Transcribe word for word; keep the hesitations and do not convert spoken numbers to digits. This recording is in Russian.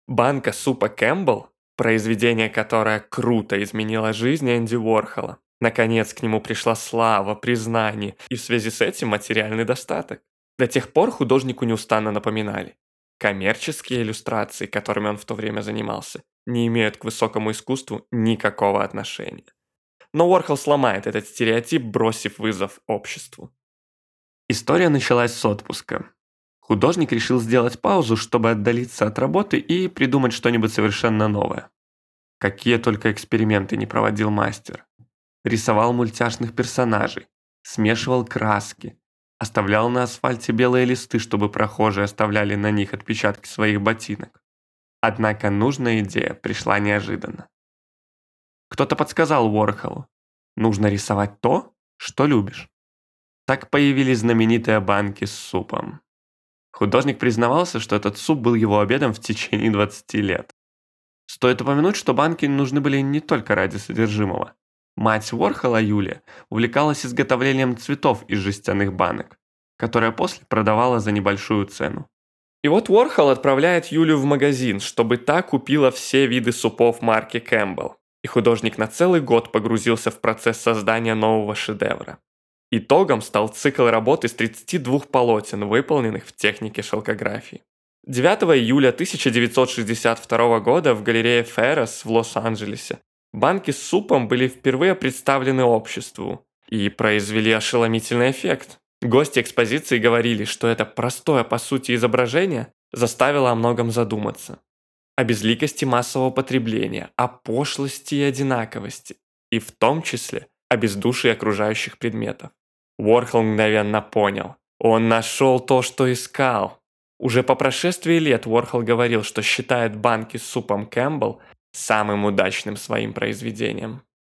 Банка супа Кэмпбелл, произведение, которое круто изменило жизнь Энди Уорхола. Наконец к нему пришла слава, признание и в связи с этим материальный достаток. До тех пор художнику неустанно напоминали: коммерческие иллюстрации, которыми он в то время занимался, не имеют к высокому искусству никакого отношения. Но Уорхол сломает этот стереотип, бросив вызов обществу. История началась с отпуска. Художник решил сделать паузу, чтобы отдалиться от работы и придумать что-нибудь совершенно новое. Какие только эксперименты не проводил мастер. Рисовал мультяшных персонажей, смешивал краски, оставлял на асфальте белые листы, чтобы прохожие оставляли на них отпечатки своих ботинок. Однако нужная идея пришла неожиданно. Кто-то подсказал Уорхолу: нужно рисовать то, что любишь. Так появились знаменитые банки с супом. Художник признавался, что этот суп был его обедом в течение двадцати лет. Стоит упомянуть, что банки нужны были не только ради содержимого. Мать Уорхола, Юлия, увлекалась изготовлением цветов из жестяных банок, которые после продавала за небольшую цену. И вот Уорхол отправляет Юлю в магазин, чтобы та купила все виды супов марки Кэмпбелл. И художник на целый год погрузился в процесс создания нового шедевра. Итогом стал цикл работ из тридцати двух полотен, выполненных в технике шелкографии. девятого июля тысяча девятьсот шестьдесят второго года в галерее Феррес в Лос-Анджелесе банки с супом были впервые представлены обществу и произвели ошеломительный эффект. Гости экспозиции говорили, что это простое по сути изображение заставило о многом задуматься. О безликости массового потребления, о пошлости и одинаковости, и в том числе о бездушии окружающих предметов. Уорхол мгновенно понял. Он нашел то, что искал. Уже по прошествии лет Уорхол говорил, что считает банки с супом Кэмпбелл самым удачным своим произведением.